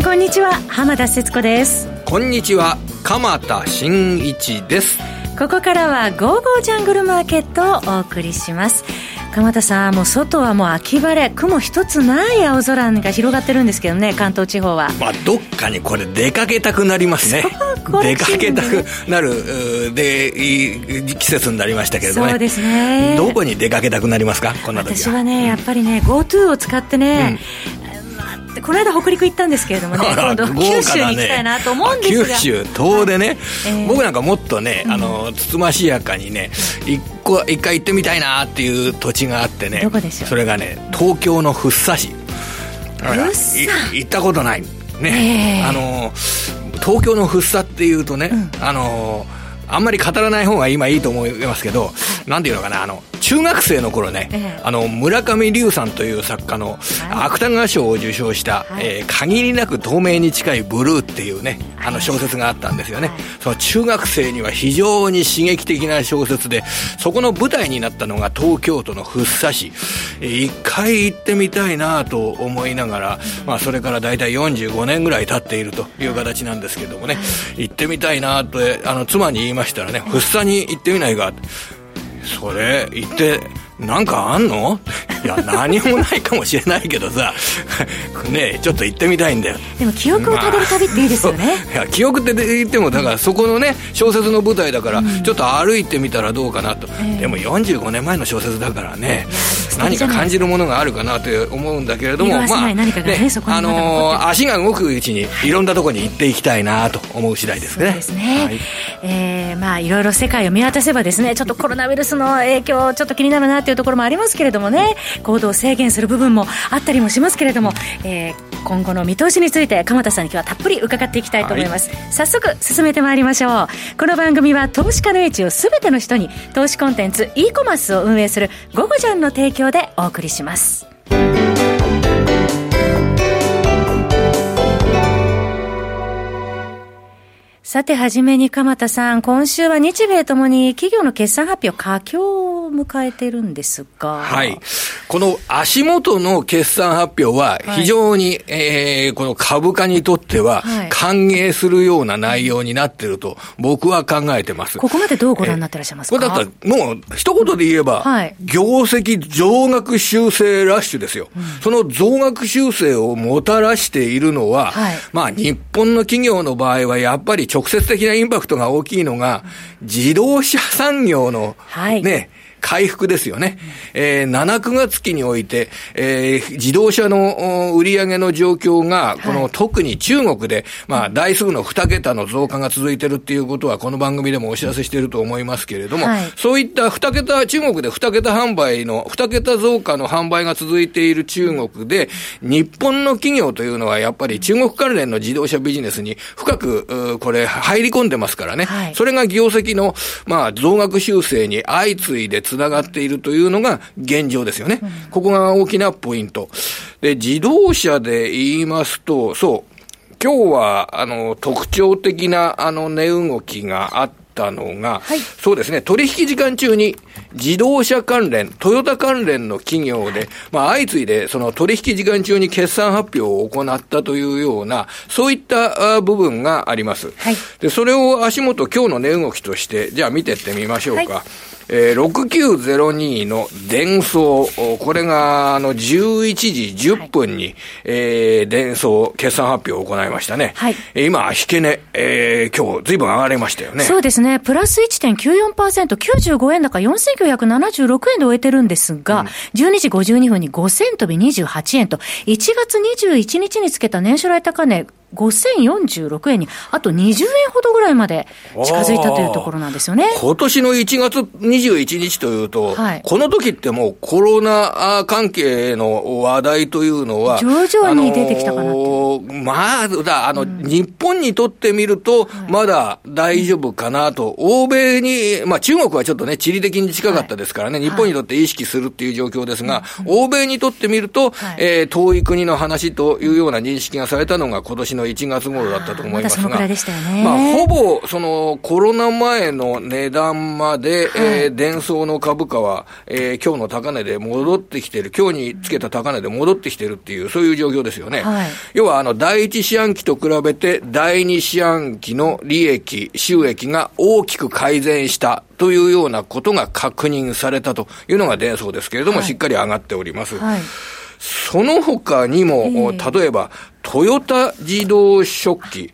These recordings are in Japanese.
こんにちは、浜田節子です。 こんにちは、鎌田新一です。 ここからはゴーゴージャングルマーケットをお送りします。鎌田さん、もう外はもう秋晴れ、雲一つない青空が広がってるんですけどね、関東地方は。 どっかにこれ出かけたくなりますね。出かけたくなる季節になりましたけれどもね。 そうですね。 どこに出かけたくなりますか、こんな時は。 私はね、やっぱりね GoTo を使ってね、この間北陸行ったったんですけれどもね、今度九州に行きたいなと思うんですが、 九州遠出ね、僕なんかもっとね、つつましやかにね、一回行ってみたいなっていう土地があってね。 どこでしょう。 それがね、東京の福生市。行ったことないね。東京の福生っていうとね、あんまり語らない方が今いいと思いますけど、なんていうのかな、中学生の頃ね、村上龍さんという作家の芥川賞を受賞した、限りなく透明に近いブルーっていうね、小説があったんですよね。その中学生には非常に刺激的な小説で、そこの舞台になったのが東京都の福生市。一回行ってみたいなと思いながら、それからだいたい45年ぐらい経っているという形なんですけどもね、行ってみたいなと妻に言いましたらね、福生に行ってみないか。それ行ってなんかあんの？いや、何もないかもしれないけどさねえ、ちょっと行ってみたいんだよ。 でも記憶をたどる旅っていいですよね。 いや、記憶って言っても、だからそこのね、小説の舞台だから、ちょっと歩いてみたらどうかなと。でも45年前の小説だからね、何か感じるものがあるかなと思うんだけれども、足が動くうちにいろんなところに行っていきたいなと思う次第ですね。 そうですね。いろいろ世界を見渡せばですね、ちょっとコロナウイルスの影響ちょっと気になるなというところもありますけれどもね、行動を制限する部分もあったりもしますけれども、今後の見通しについて鎌田さんに今日はたっぷり伺っていきたいと思います。早速進めてまいりましょう。この番組は投資家の英知をすべての人に、投資コンテンツ e コマースを運営するゴゴジャンの提供でお送りします。さて、はじめに鎌田さん、今週は日米ともに企業の決算発表佳境を迎えているんですが、 はい、この足元の決算発表は非常に、この株価にとっては歓迎するような内容になっていると僕は考えてます。 ここまでどうご覧になってらっしゃいますか？ これだったらもう一言で言えば、業績増額修正ラッシュですよ。その増額修正をもたらしているのは、日本の企業の場合はやっぱり直接的なインパクトが大きいのが自動車産業の回復ですよね。7、9月期において、自動車の売上の状況が、特に中国で、大数の2桁の増加が続いているっていうことは、この番組でもお知らせしていると思いますけれども、そういった中国で2桁販売の、2桁増加の販売が続いている中国で、日本の企業というのはやっぱり中国関連の自動車ビジネスに深く、これ入り込んでますからね。それが業績の、増額修正に相次いでつながっているというのが現状ですよね。ここが大きなポイントで、自動車で言いますと、今日は特徴的な値動きがあったのが、そうですね、取引時間中に自動車関連、トヨタ関連の企業で、相次いでその取引時間中に決算発表を行ったというような、そういった部分があります。で、それを足元今日の値動きとして、じゃあ見てってみましょうか。6902の電装、これが11時10分に、電装決算発表を行いましたね。今、引け値、今日随分上がりましたよね。 そうですね。プラス 1.94%、95円高4976円で終えてるんですが、12時52分に5000飛び28円と、1月21日につけた年初来高値、5046円にあと20円ほどぐらいまで近づいたというところなんですよね。 今年の1月21日というと、この時ってもうコロナ関係の話題というのは徐々に出てきたかなと。 日本にとってみるとまだ大丈夫かなと。欧米に、中国はちょっとね、地理的に近かったですからね、日本にとって意識するっていう状況ですが、欧米にとってみると、遠い国の話というような認識がされたのが今年のの1月頃だったと思いますが、 まだそのくらいでしたよね。 ほぼそのコロナ前の値段まで、デンソーの株価は、今日の高値で戻ってきている、今日につけた高値で戻ってきているっていう、そういう状況ですよね。要は第一四半期と比べて第二四半期の利益、収益が大きく改善したというようなことが確認されたというのがデンソーですけれども、しっかり上がっております。その他にも、例えば、トヨタ自動食器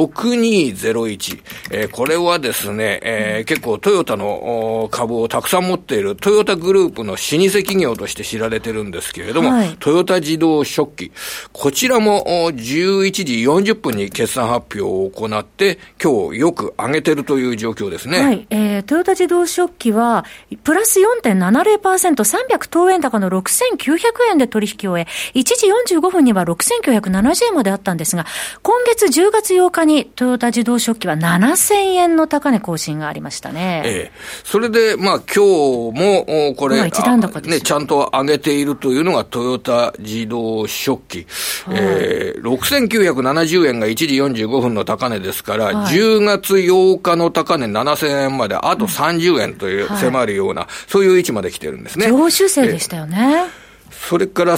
6201、これはですね、結構トヨタの株をたくさん持っているトヨタグループの老舗企業として知られてるんですけれども、トヨタ自動食器、こちらも11時40分に決算発表を行って、今日よく上げてるという状況ですね。 トヨタ自動食器はプラス 4.70%、300等円高の6900円で取引を終え、1時45分には6970円まであったんですが、今月10月8日にトヨタ自動食器は7000円の高値更新がありましたね。 それで今日もこれ一段高ですね、ちゃんと上げているというのがトヨタ自動食器、6970円が1時45分の高値ですから、10月8日の高値7000円まであと30円という迫るような、そういう位置まで来てるんですね。 上修正でしたよね。 それから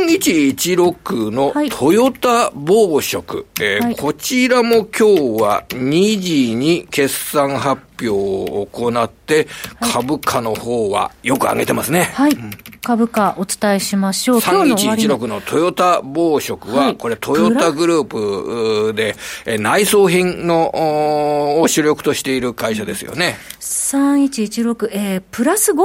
3116のトヨタ紡織、こちらも今日は2時に決算発表を行って、株価の方はよく上げてますね。 株価お伝えしましょう。 3116のトヨタ紡織は、これトヨタグループで内装品のを主力としている会社ですよね。 3116、プラス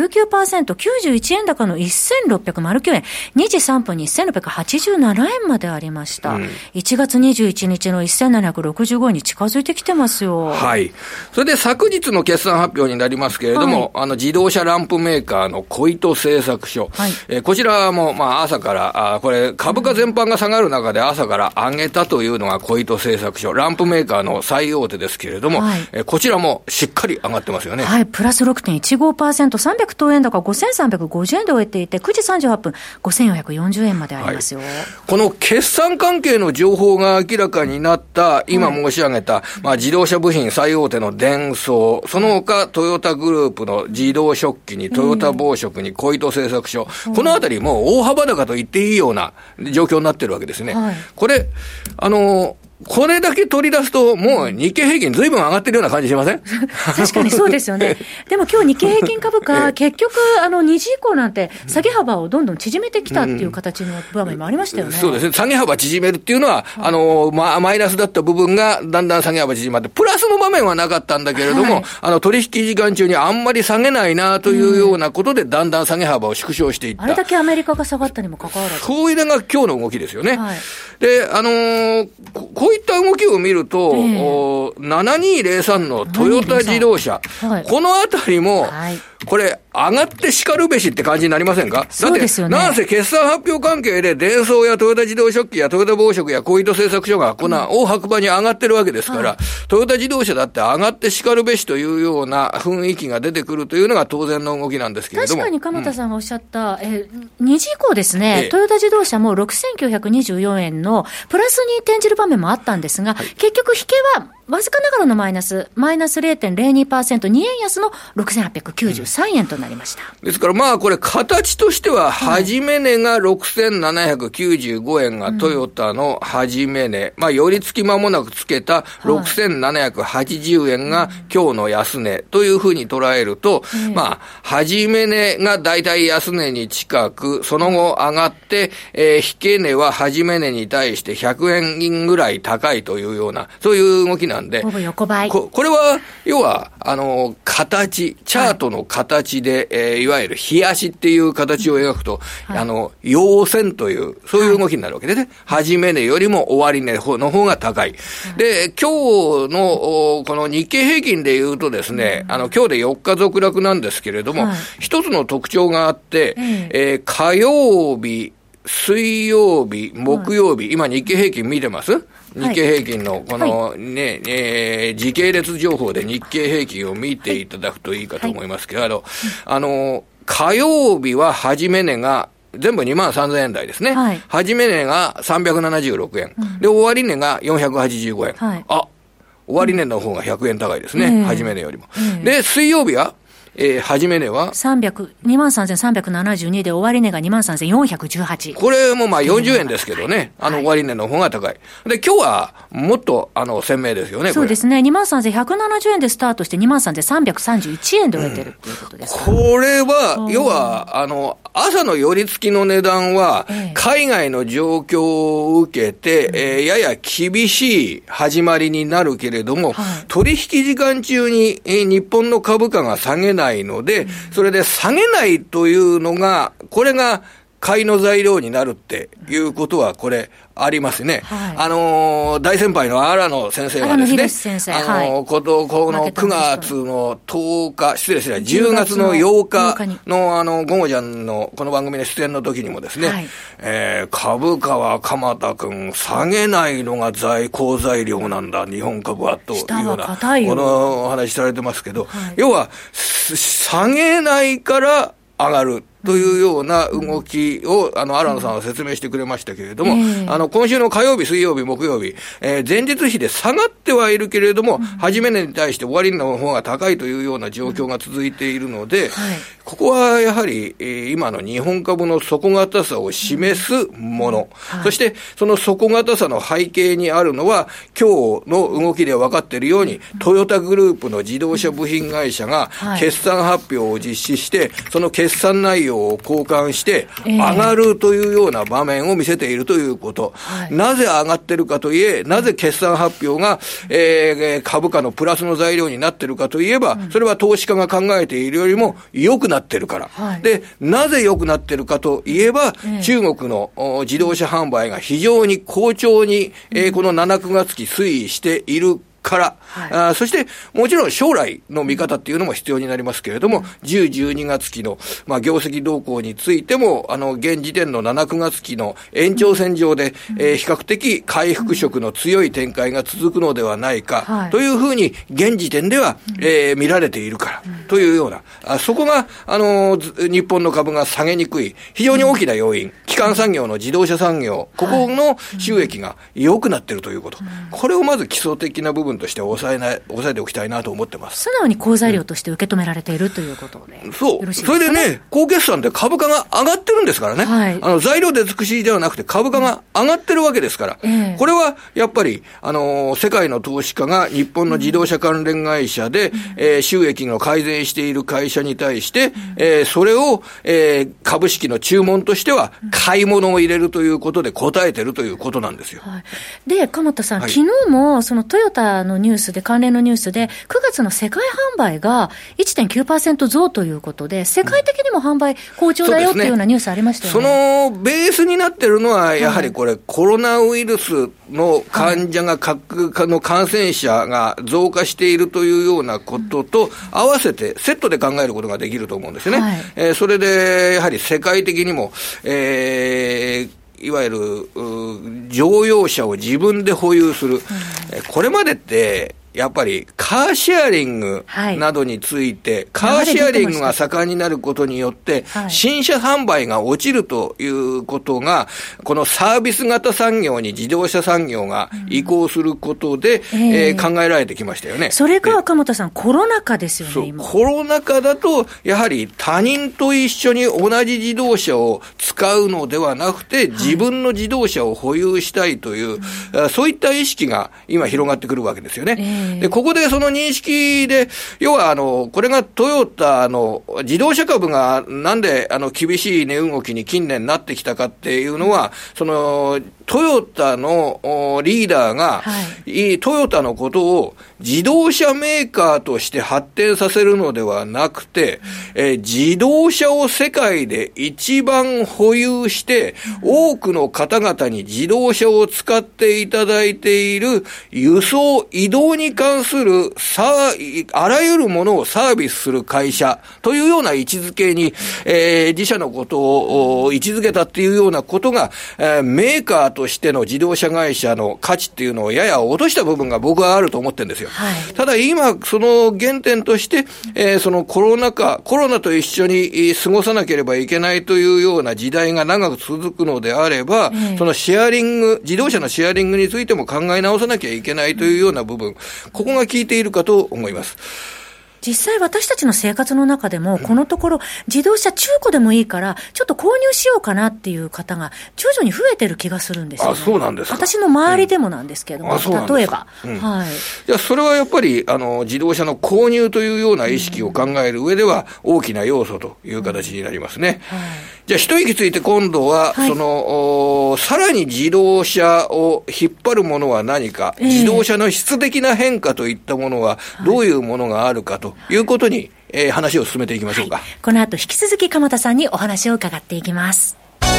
5.99%、91円高の1609円、2時3分に1687円までありました。1月21日の1765円に近づいてきてますよ。 それで昨日の決算発表になりますけれども、自動車ランプメーカーの小糸製作所、こちらも朝からこれ株価全般が下がる中で朝から上げたというのが小糸製作所、ランプメーカーの最大手ですけれども、こちらもしっかり上がってますよね。 プラス 6.15%、300等円高5350円で終えていて、9時38分5440円までありますよ。 この決算関係の情報が明らかになった今申し上げた、自動車部品最大手のデンソー、その他トヨタグループの自動食器にトヨタ紡織に小糸製作所、このあたりもう大幅高と言っていいような状況になってるわけですね。これこれだけ取り出すと、もう日経平均ずいぶん上がってるような感じしません？ 確かにそうですよね。でも今日日経平均株価、結局2時以降なんて下げ幅をどんどん縮めてきたっていう形の場面もありましたよね。 そうですね。下げ幅縮めるっていうのは、マイナスだった部分がだんだん下げ幅縮まって、プラスの場面はなかったんだけれども、取引時間中にあんまり下げないなというようなことで、だんだん下げ幅を縮小していった。 あれだけアメリカが下がったにもかかわらず。 そういうのが今日の動きですよね。で、こういった動きを見ると、7203のトヨタ自動車、このあたりも、これ、上がって叱るべしって感じになりませんか？ そうですよね。 なんせ決算発表関係で、デンソーやトヨタ自動食器やトヨタ紡織や小糸製作所が大白馬に上がってるわけですから、トヨタ自動車だって上がって叱るべしというような雰囲気が出てくるというのが当然の動きなんですけれども。 確かに鎌田さんがおっしゃった、2時以降ですね、トヨタ自動車も6924円のプラスに転じる場面もあったんですが、結局引けはわずかながらのマイナス 0.02%、2円安の6893円となりました。 ですからこれ形としては、始め値が6795円がトヨタの始め値、寄り付き間もなくつけた6780円が今日の安値というふうに捉えると、始め値がだいたい安値に近く、その後上がって、引け値は始め値に対して100円ぐらい高いというような、そういう動きなんで、 ほぼ横ばい。 これは、要は、チャートの形で、いわゆる日足っていう形を描くと、陽線という、そういう動きになるわけでね。始め値よりも終値の方が高い。で、今日の、この日経平均で言うとですね、今日で4日続落なんですけれども、一つの特徴があって、火曜日、水曜日、木曜日、今日経平均見てます？日経平均のこの時系列情報で日経平均を見ていただくといいかと思いますけど、火曜日は始め値が全部23,000円台ですね。はい。始め値が376円。で、終値が485円。はい。終値の方が100円高いですね。始め値よりも。で、水曜日は始め値は 23,372で終値が23,418。 これもまあ40円ですけどね。終値の方が高い。で、今日はもっと鮮明ですよね。 そうですね。23,170円でスタートして23,331円で終えてるっていうことです、 これは、要は、朝の寄り付きの値段は、海外の状況を受けて、やや厳しい始まりになるけれども、取引時間中に、日本の株価が下げないので、それで下げないというのが、これが買いの材料になるっていうことは、これ、ありますね。はい、大先輩の荒野先生がですね、 先生この9月の10日、10月の8日のゴゴジャンのこの番組の出演の時にもですね、はい、株価は鎌田君下げないのが好材料なんだ、日本株はというような、このお話されてますけど、はい、要は、下げないから上がる。というような動きを、荒野さんは説明してくれましたけれども、今週の火曜日、水曜日、木曜日、前日比で下がってはいるけれども、始め値に対して終値の方が高いというような状況が続いているので、ここはやはり、今の日本株の底堅さを示すもの、そしてその底堅さの背景にあるのは、今日の動きで分かっているように、トヨタグループの自動車部品会社が決算発表を実施して、その決算内容を交換して上がるというような場面を見せているということ、なぜ上がってるかといえ、なぜ決算発表が、株価のプラスの材料になっているかといえば、それは投資家が考えているよりも良くなってるから、でなぜ良くなってるかといえば、中国の自動車販売が非常に好調に、この7、9月期推移しているから、そしてもちろん将来の見方っていうのも必要になりますけれども、10、12月期の、業績動向についても、現時点の7、9月期の延長線上で、比較的回復色の強い展開が続くのではないか、というふうに現時点では、見られているから、というような、そこが、日本の株が下げにくい、非常に大きな要因、基幹産業の自動車産業、ここの収益が良くなっているということ。これをまず基礎的な部分として抑えておきたいなと思ってます。 素直に好材料として受け止められているということで、 そう。それでね、高決算で株価が上がってるんですからね。材料で尽くしではなくて株価が上がってるわけですから、これはやっぱり、世界の投資家が日本の自動車関連会社で、収益が改善している会社に対して、それを、株式の注文としては買い物を入れるということで応えてるということなんですよ。 で、鎌田さん、昨日もそのトヨタのニュースで、関連のニュースで、9月の世界販売が 1.9% 増ということで、世界的にも販売好調だよっていうようなニュースありましたよね。 そのベースになってるのは、やはりこれ、コロナウイルスの患者が、の感染者が増加しているというようなことと合わせてセットで考えることができると思うんですよね。それで、やはり世界的にも、いわゆる乗用車を自分で保有する、これまでってやっぱりカーシェアリングなどについて、カーシェアリングが盛んになることによって、新車販売が落ちるということが、このサービス型産業に自動車産業が移行することで、考えられてきましたよね。 それが鎌田さん、コロナ禍ですよね、今。 コロナ禍だと、やはり他人と一緒に同じ自動車を使うのではなくて、自分の自動車を保有したいという、そういった意識が今広がってくるわけですよね。で、ここでその認識で、要はこれがトヨタの自動車株がなんで厳しい値動きに近年なってきたかっていうのは、そのトヨタのリーダーが、トヨタのことを自動車メーカーとして発展させるのではなくて、自動車を世界で一番保有して、多くの方々に自動車を使っていただいている輸送、移動に関するるあらゆるものをサービスする会社というような位置づけに、自社のことを位置づけたっていうようなことが、メーカーとしての自動車会社の価値っていうのをやや落とした部分が僕はあると思ってるんですよ。はい、ただ今、その原点として、そのコロナと一緒に過ごさなければいけないというような時代が長く続くのであれば、そのシェアリング、自動車のシェアリングについても考え直さなきゃいけないというような部分、ここが効いているかと思います。 実際私たちの生活の中でもこのところ自動車中古でもいいからちょっと購入しようかなっていう方が徐々に増えてる気がするんですよね。 あ、そうなんですか。 私の周りでもなんですけれども、例えば、はい。 いや、それはやっぱり自動車の購入というような意識を考える上では大きな要素という形になりますね。はい、じゃあ一息ついて今度は、はい、さらに自動車を引っ張るものは何か、自動車の質的な変化といったものはどういうものがあるかということに、話を進めていきましょうか。はい、 この後引き続き鎌田さんにお話を伺っていきます。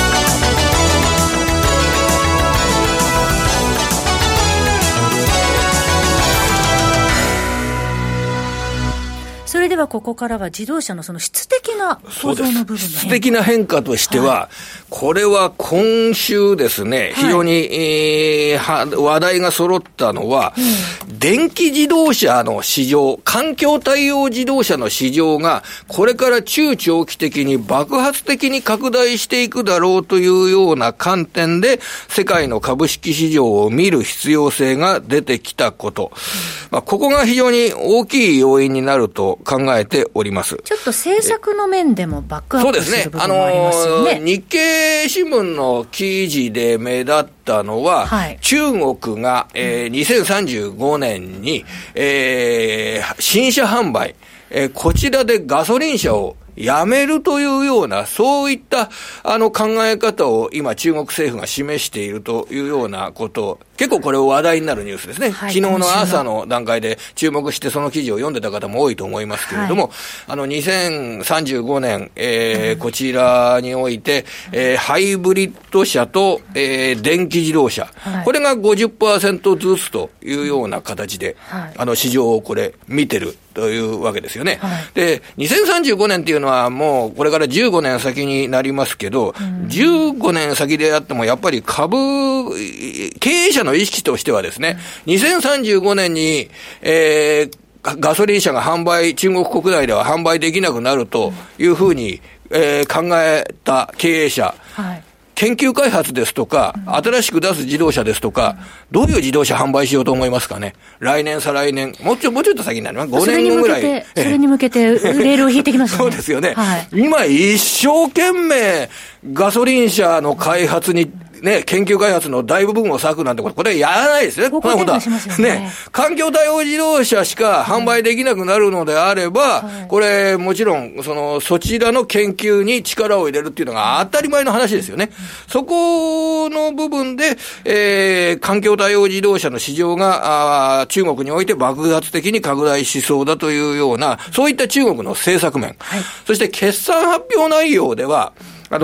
それではここからは自動車のその質的な構造の部分の変化。 質的な変化としては、はい、これは今週ですね、非常に、話題が揃ったのは、電気自動車の市場、環境対応自動車の市場が、これから中長期的に爆発的に拡大していくだろうというような観点で、世界の株式市場を見る必要性が出てきたこと。ここが非常に大きい要因になると考えております。 ちょっと政策の面でもバックアップする部分もありますよね。 そうですね。日経新聞の記事で目立ったのは、はい、中国が、2035年に、新車販売、こちらでガソリン車をやめるというような、そういった考え方を今中国政府が示しているというようなことを、結構これ話題になるニュースですね。はい、昨日の朝の段階で注目してその記事を読んでた方も多いと思いますけれども、はい、2035年、こちらにおいて、ハイブリッド車と、電気自動車、はい、これが 50% ずつというような形で、はい、市場をこれ見てるというわけですよね。はい、で、2035年っていうのはもうこれから15年先になりますけど、15年先であってもやっぱり経営者の意識としてはですね、2035年に、ガソリン車が中国国内では販売できなくなるというふうに、考えた経営者、はい、研究開発ですとか、新しく出す自動車ですとか、どういう自動車販売しようと思いますかね。来年、再来年、もうちょっと先になります。5年後ぐらい。 それに向けて、レールを引いてきますよね。 そうですよね。はい、今、一生懸命、ガソリン車の開発に、ね、研究開発の大部分を割くなんてこれやらないですね。 こんなことはね。 環境対応自動車しか販売できなくなるのであれば、これもちろんそちらの研究に力を入れるっていうのが当たり前の話ですよね。そこの部分で、環境対応自動車の市場が中国において爆発的に拡大しそうだというような、そういった中国の政策面、はい、そして決算発表内容では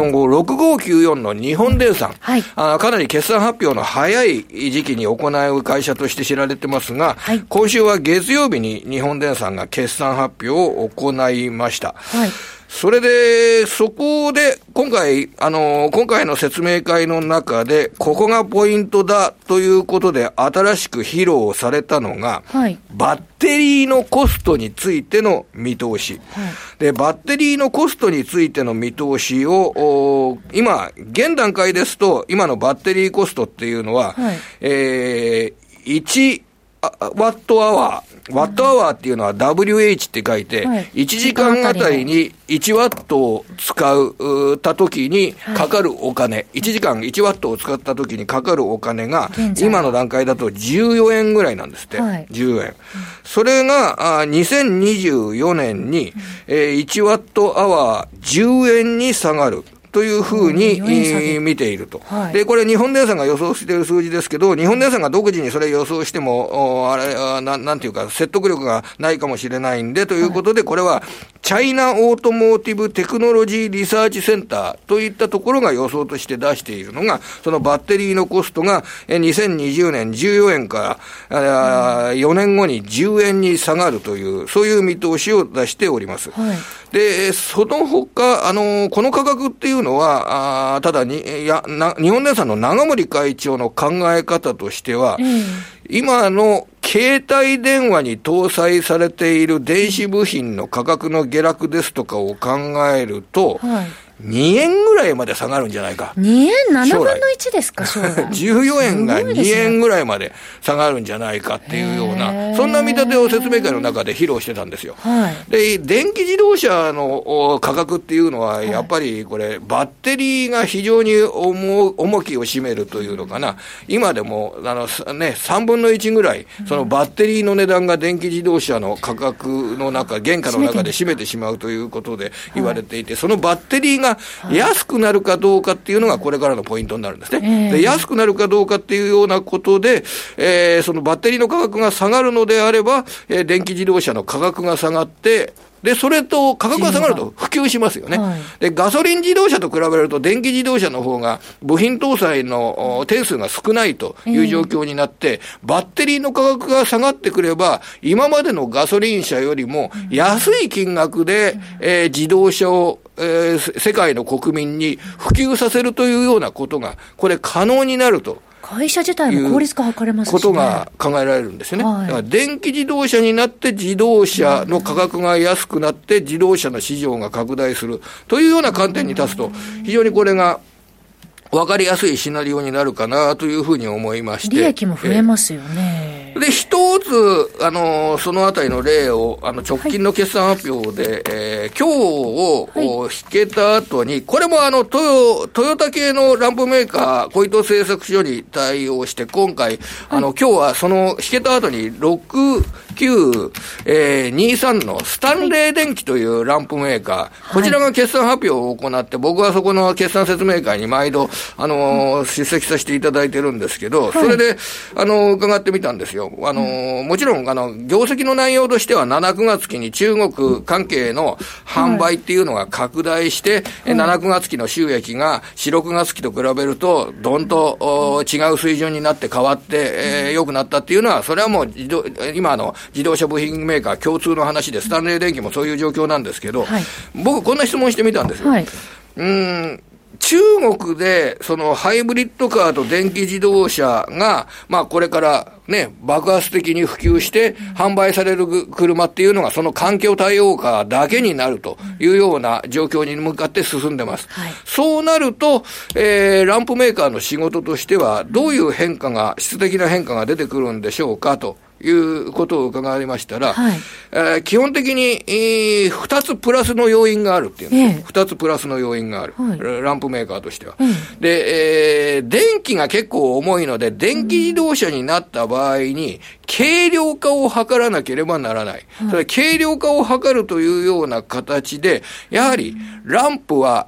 6594の日本電産、はい、かなり決算発表の早い時期に行う会社として知られてますが、はい、今週は月曜日に日本電産が決算発表を行いました。はい、それで、そこで、今回の説明会の中で、ここがポイントだということで、新しく披露されたのが、はい、バッテリーのコストについての見通し。はい、で、バッテリーのコストについての見通しを、今、現段階ですと、今のバッテリーコストっていうのは、はい、1ワットアワーっていうのは WH って書いて、はい、1時間あたりに1ワットを使った時にかかるお金、はい、1時間1ワットを使った時にかかるお金が、今の段階だと14円ぐらいなんですって。はい、14円。それが、2024年に、1ワットアワー10円に下がる。というふうに見ていると。はい、で、これ日本電産が予想している数字ですけど、日本電産が独自にそれ予想しても、なんていうか説得力がないかもしれないんで、ということで、これはチャイナオートモーティブテクノロジーリサーチセンターといったところが予想として出しているのが、そのバッテリーのコストが2020年14円から4年後に10円に下がるという、そういう見通しを出しております。はい、で、その他、この価格っていうのは、ただに、日本電産の長森会長の考え方としては、今の携帯電話に搭載されている電子部品の価格の下落ですとかを考えると、はい、2円ぐらいまで下がるんじゃないか。 2円7分の1ですか、将来。 14円が2円ぐらいまで下がるんじゃないかっていうような、そんな見立てを説明会の中で披露してたんですよ。はい、で、電気自動車の価格っていうのは、やっぱりこれ、バッテリーが非常に重きを占めるというのかな。今でも、3分の1ぐらい、そのバッテリーの値段が電気自動車の価格の中、原価の中で占めてしまうということで言われていて、そのバッテリーが安くなるかどうかっていうのがこれからのポイントになるんですね。で、安くなるかどうかっていうようなことで、そのバッテリーの価格が下がるのであれば、電気自動車の価格が下がって、で、それと価格が下がると普及しますよね。はい、で、ガソリン自動車と比べると電気自動車の方が部品搭載の点数が少ないという状況になって、バッテリーの価格が下がってくれば、今までのガソリン車よりも安い金額で、自動車を世界の国民に普及させるというようなことが、これ可能になると。 会社自体も効率化図れますしね。 ことが考えられるんですよね。はい、だから電気自動車になって自動車の価格が安くなって自動車の市場が拡大するというような観点に立つと、非常にこれが分かりやすいシナリオになるかなというふうに思いまして。 利益も増えますよね。 で、一つ、そのあたりの例を、直近の決算発表で、今日を引けた後に、これもトヨタ系のランプメーカー、小糸製作所に対応して、今回、今日はその引けた後に、6923のスタンレー電機というランプメーカー、こちらが決算発表を行って、僕はそこの決算説明会に毎度、出席させていただいてるんですけど、それで、伺ってみたんですよ。もちろん、業績の内容としては、7、9月期に中国関係の販売っていうのが拡大して、7、9月期の収益が4、6月期と比べると、どんと違う水準になって変わって、良くなったっていうのは、それはもう今の自動車部品メーカー共通の話で、スタンレー電機もそういう状況なんですけど、僕こんな質問してみたんですよ。中国で、そのハイブリッドカーと電気自動車が、これからね、爆発的に普及して販売される車っていうのが、その環境対応カーだけになるというような状況に向かって進んでます。そうなると、ランプメーカーの仕事としては、どういう変化が、質的な変化が出てくるんでしょうかと。いうことを伺いましたら、基本的に、2つプラスの要因があるっていうんですよ。2つプラスの要因がある。ランプメーカーとしては。で、電気が結構重いので、電気自動車になった場合に、軽量化を図らなければならない。それ軽量化を図るというような形で、やはり、ランプは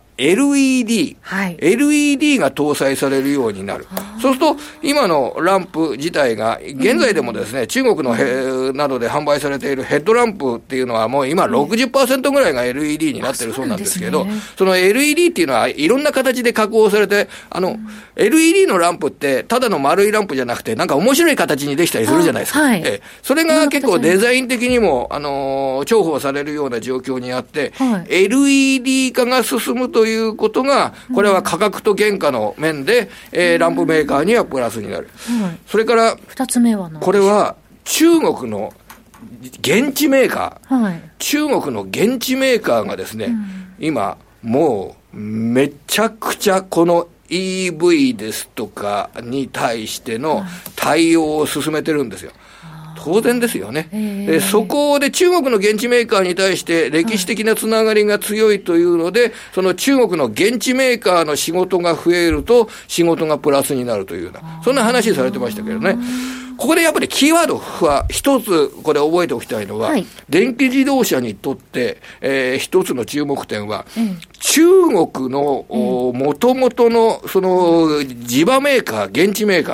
LED、LED が搭載されるようになる。そうすると、今のランプ自体が、現在でもですね、中国のなどで販売されているヘッドランプっていうのはもう今 60% ぐらいが LED になってるそうなんですけど、その LED っていうのはいろんな形で加工されて、LED のランプってただの丸いランプじゃなくて、なんか面白い形にできたりするじゃないですか。それが結構デザイン的にも、重宝されるような状況にあって、LED 化が進むということが、これは価格と原価の面で、ランプメーカーにはプラスになる。それから、 二つ目は何ですか？ これは中国の現地メーカー、中国の現地メーカーがですね、今、もう、めちゃくちゃこのEV ですとかに対しての対応を進めてるんですよ。当然ですよね。そこで中国の現地メーカーに対して歴史的なつながりが強いというので、その中国の現地メーカーの仕事が増えると仕事がプラスになるというような、そんな話されてましたけどね。ここでやっぱりキーワードは一つこれ覚えておきたいのは、電気自動車にとって、一つの注目点は、中国の元々のその地場メーカー、現地メーカー、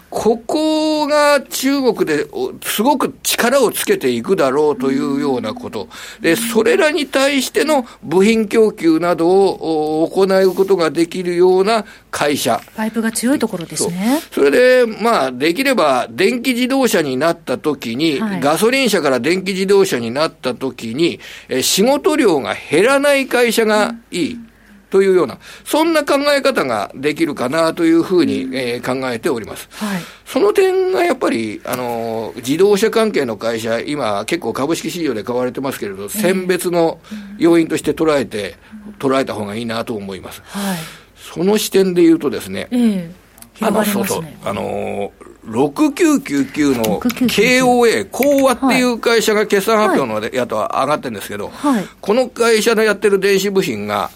ここが中国ですごく力をつけていくだろうというようなこと。で、それらに対しての部品供給などを行うことができるような会社。 パイプが強いところですね。 それで、できれば電気自動車になった時に、ガソリン車から電気自動車になった時に、仕事量が減らない会社がいい。というような、そんな考え方ができるかなというふうに、考えております。その点がやっぱり、自動車関係の会社、今結構株式市場で買われてますけれど、選別の要因として捉えた方がいいなと思います。その視点で言うとですね、6999の KOA、コーワっていう会社が決算発表のやとは上がってるんですけど、この会社のやってる電子部品が、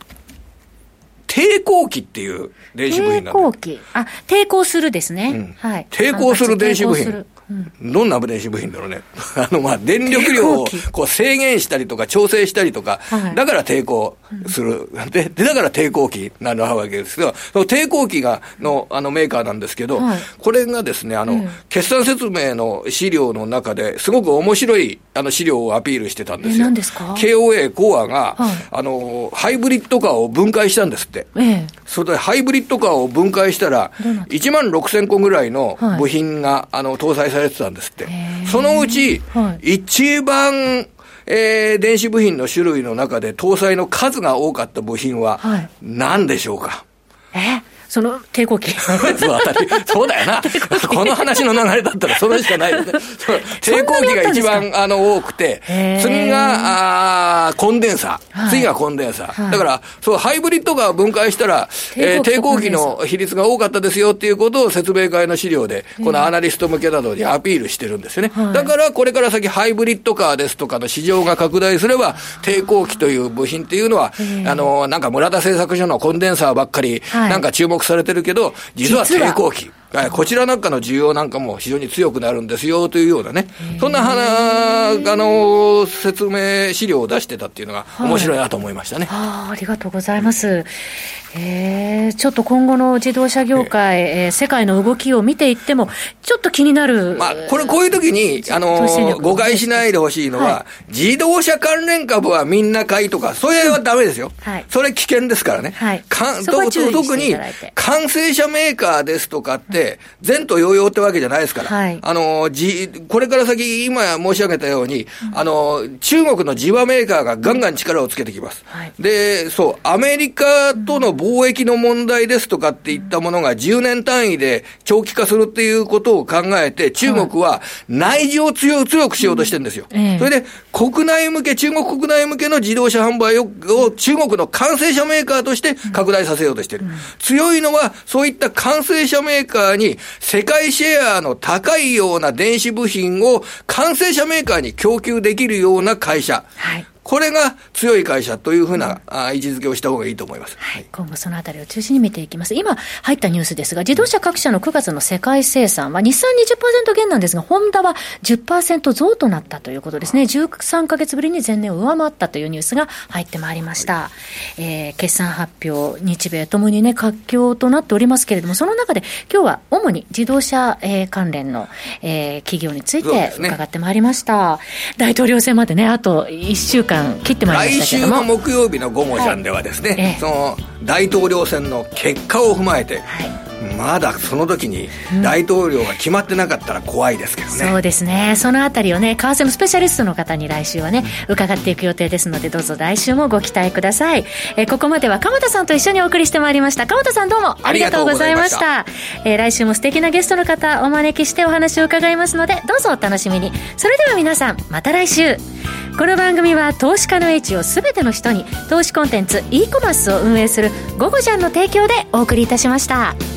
抵抗器っていう電子部品なんです。抵抗器。 抵抗するですね。 抵抗する電子部品。どんな電子部品だろうね。電力量をこう制限したりとか調整したりとか、だから抵抗する。で、だから抵抗器なるわけですけど、その抵抗器のメーカーなんですけど、これがですね、決算説明の資料の中ですごく面白い資料をアピールしてたんですよ。 何ですか？ KOA、コアが、ハイブリッドカーを分解したんですって。それでハイブリッドカーを分解したら、16,000個ぐらいの部品が、搭載されてたんですって。そのうち、一番、電子部品の種類の中で搭載の数が多かった部品は何でしょうか？ その抵抗器そうだよな。この話の流れだったらそれしかないですね。抵抗器が一番多くて、次がコンデンサー、次がコンデンサー。だからそうハイブリッドが分解したら抵抗器の比率が多かったですよっていうことを説明会の資料でこのアナリスト向けなどにアピールしてるんですよね。だからこれから先ハイブリッドカーですとかの市場が拡大すれば抵抗器という部品っていうのはなんか村田製作所のコンデンサーばっかりなんか注目されてるけど、実は抵抗器。こちらなんかの需要なんかも非常に強くなるんですよというようなね、そんな説明資料を出してたっていうのが面白いなと思いましたね。 ありがとうございます。ちょっと今後の自動車業界、世界の動きを見ていってもちょっと気になる。 こういう時に誤解しないでほしいのは、自動車関連株はみんな買いとかそれはダメですよ。それ危険ですからね。特に完成車メーカーですとかって前途洋々ってわけじゃないですから、これから先今申し上げたように中国の地場メーカーがガンガン力をつけてきます。で、アメリカとの貿易の問題ですとかっていったものが10年単位で長期化するっていうことを考えて、中国は内需を強くしようとしてるんですよ。それで中国国内向けの自動車販売を中国の完成車メーカーとして拡大させようとしている。強いのはそういった完成車メーカーに世界シェアの高いような電子部品を完成車メーカーに供給できるような会社。これが強い会社というふうな位置づけをした方がいいと思います。 今後そのあたりを中心に見ていきます。今入ったニュースですが、自動車各社の9月の世界生産は日産 20% 減なんですが、ホンダは 10% 増となったということですね。13ヶ月ぶりに前年を上回ったというニュースが入ってまいりました。決算発表、日米ともにね、活況となっておりますけれども、その中で今日は主に自動車、関連の、企業について伺ってまいりました。大統領選までね、あと1週間切ってまいりましたけども、 来週の木曜日の午後ちゃんではですね、その大統領選の結果を踏まえて、まだその時に大統領が決まってなかったら怖いですけどね。 そうですね。そのあたりをね、為替のスペシャリストの方に来週はね、伺っていく予定ですので、どうぞ来週もご期待ください。ここまでは鎌田さんと一緒にお送りしてまいりました。鎌田さんどうもありがとうございました。来週も素敵なゲストの方お招きしてお話を伺いますので、どうぞお楽しみに。それでは皆さん、また来週。この番組は投資家の英知をすべての人に、投資コンテンツ e コマースを運営するゴゴジャンの提供でお送りいたしました。